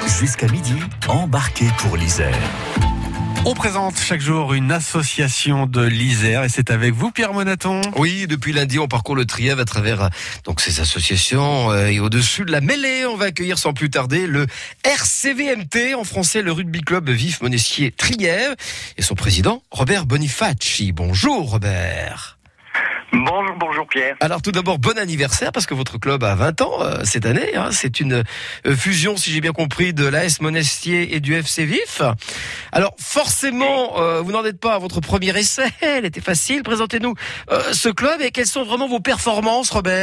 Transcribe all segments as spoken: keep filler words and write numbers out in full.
Jusqu'à midi, embarquez pour l'Isère. On présente chaque jour une association de l'Isère et c'est avec vous Pierre Monaton. Oui, depuis lundi on parcourt le Trièves à travers donc ces associations euh, et au-dessus de la mêlée on va accueillir sans plus tarder le R C V M T, en français le rugby club Vif Monestier Trièves, et son président Robert Bonifacci. Bonjour Robert. Bonjour, bonjour Pierre. Alors tout d'abord, bon anniversaire parce que votre club a vingt ans euh, cette année. Hein. C'est une euh, fusion, si j'ai bien compris, de l'A S Monestier et du F C Vif. Alors forcément, euh, vous n'en êtes pas à votre premier essai. Elle était facile. Présentez-nous euh, ce club et quelles sont vraiment vos performances, Robert ?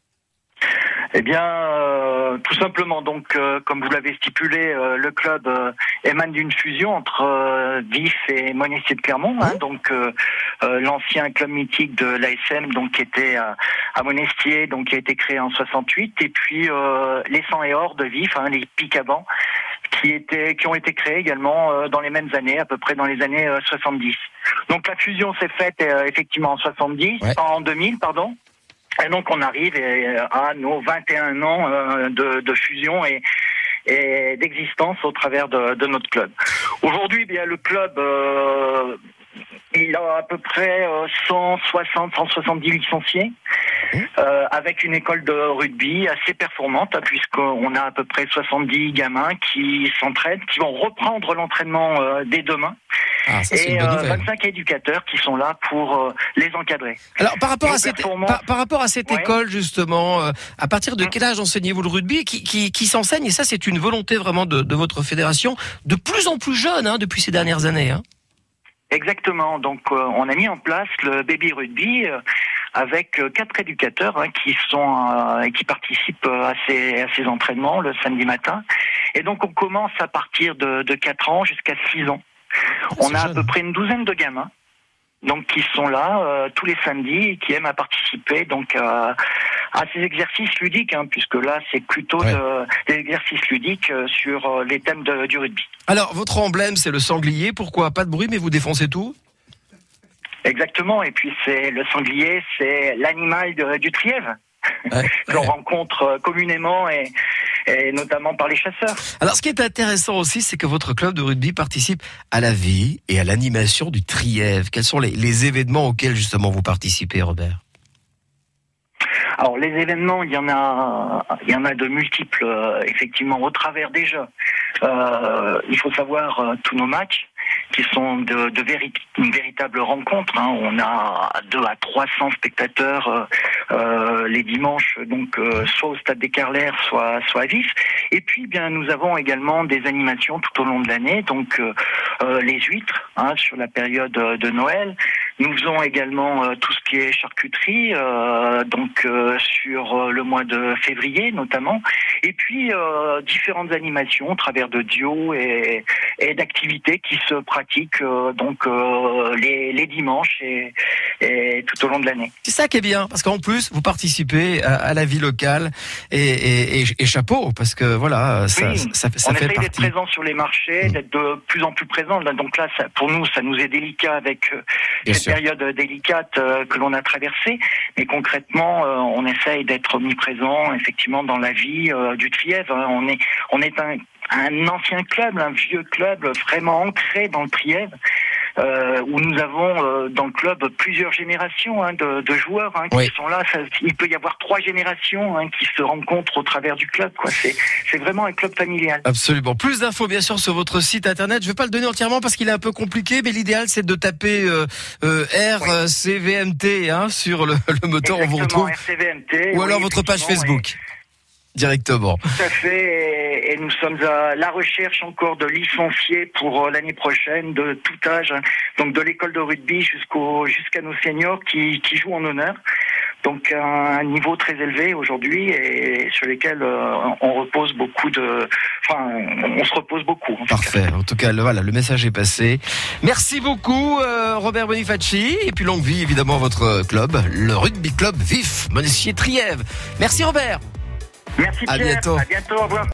Eh bien, euh, tout simplement, donc, euh, comme vous l'avez stipulé, euh, le club euh, émane d'une fusion entre euh, Vif et Monestier de Clermont, hein, donc euh, euh, l'ancien club mythique de l'A S M, donc qui était à, à Monestier, donc qui a été créé en soixante-huit, et puis euh, les Sang et Or de Vif, hein, les Picavants, qui étaient, qui ont été créés également euh, dans les mêmes années, à peu près dans les années euh, soixante-dix. Donc la fusion s'est faite euh, effectivement en soixante-dix, ouais. en deux mille, pardon. Et donc on arrive à nos vingt et un ans de, de fusion et, et d'existence au travers de, de notre club. Aujourd'hui, bien le club, euh, il a à peu près cent soixante, cent soixante-dix licenciés, euh, avec une école de rugby assez performante, hein, puisqu'on a à peu près soixante-dix gamins qui s'entraînent, qui vont reprendre l'entraînement euh, dès demain. Ah, ça, et euh, vingt-cinq éducateurs qui sont là pour euh, les encadrer. Alors par rapport, à cette, par, par rapport à cette ouais. école justement, euh, à partir de quel âge enseignez-vous le rugby qui, qui, qui s'enseigne, et ça c'est une volonté vraiment de, de votre fédération, de plus en plus jeune hein, depuis ces dernières années hein. Exactement, donc euh, on a mis en place le baby rugby euh, avec euh, quatre éducateurs hein, qui sont euh, et qui participent à ces, à ces entraînements le samedi matin. Et donc on commence à partir de, de quatre ans jusqu'à six ans. On a à peu près une douzaine de gamins, donc qui sont là euh, tous les samedis et qui aiment à participer donc à, à ces exercices ludiques, hein, puisque là c'est plutôt ouais. de, des exercices ludiques euh, sur euh, les thèmes de, du rugby. Alors votre emblème c'est le sanglier, pourquoi pas de bruit mais vous défoncez tout ? Exactement, et puis c'est le sanglier, c'est l'animal de, du Trièves. Ouais, qu'on ouais. rencontre communément et, et notamment par les chasseurs. Alors ce qui est intéressant aussi, c'est que votre club de rugby participe à la vie et à l'animation du Trièves. Quels sont les, les événements auxquels justement vous participez, Robert ? Alors les événements, il y en a, il y en a de multiples, euh, effectivement, au travers des jeux. Euh, il faut savoir euh, tous nos matchs qui sont de, de véri- une véritable rencontre. Hein. On a deux à trois cents spectateurs euh, euh, les dimanches, donc euh, soit au Stade des Carlères, soit soit à Vif. Et puis, bien, nous avons également des animations tout au long de l'année, donc euh, euh, les huîtres hein, sur la période de Noël. Nous faisons également euh, tout ce qui est charcuterie, euh, donc euh, sur euh, le mois de février notamment. Et puis euh, différentes animations au travers de duos et, et d'activités qui se pratiquent euh, donc euh, les, les dimanches et, et tout au long de l'année. C'est ça qui est bien, parce qu'en plus vous participez à, à la vie locale et, et, et, et chapeau, parce que voilà, ça, oui, ça, ça, ça on fait essaye partie. d'être présent sur les marchés, mmh. d'être de plus en plus présent. Donc là, ça, pour nous, ça nous est délicat avec euh, cette sûr. période délicate euh, que l'on a traversée. Mais concrètement, euh, on essaye d'être omniprésent, effectivement, dans la vie euh, du Trièves. Hein. On est, on est un, un ancien club, un vieux club vraiment ancré dans le Trièves. Euh, où nous avons euh, dans le club plusieurs générations hein, de, de joueurs hein, qui oui. sont là. Ça, il peut y avoir trois générations hein, qui se rencontrent au travers du club. Quoi. C'est, c'est vraiment un club familial. Absolument. Plus d'infos bien sûr sur votre site internet. Je ne vais pas le donner entièrement parce qu'il est un peu compliqué, mais l'idéal c'est de taper euh, euh, R C V M T hein, sur le, le moteur. Exactement, on vous retrouve. R C V M T, ou oui, alors votre page Facebook. Et... directement. Tout à fait, et, et nous sommes à la recherche encore de licenciés pour l'année prochaine de tout âge, hein, donc de l'école de rugby jusqu'au jusqu'à nos seniors qui, qui jouent en honneur. Donc un niveau très élevé aujourd'hui et sur lesquels euh, on repose beaucoup de, enfin on se repose beaucoup. En Parfait. En tout cas, le, voilà, le message est passé. Merci beaucoup euh, Robert Bonifacci et puis longue vie évidemment à votre club, le rugby club Vif Monestier Trièves. Merci Robert. Merci Pierre. À bientôt. À bientôt. Au revoir.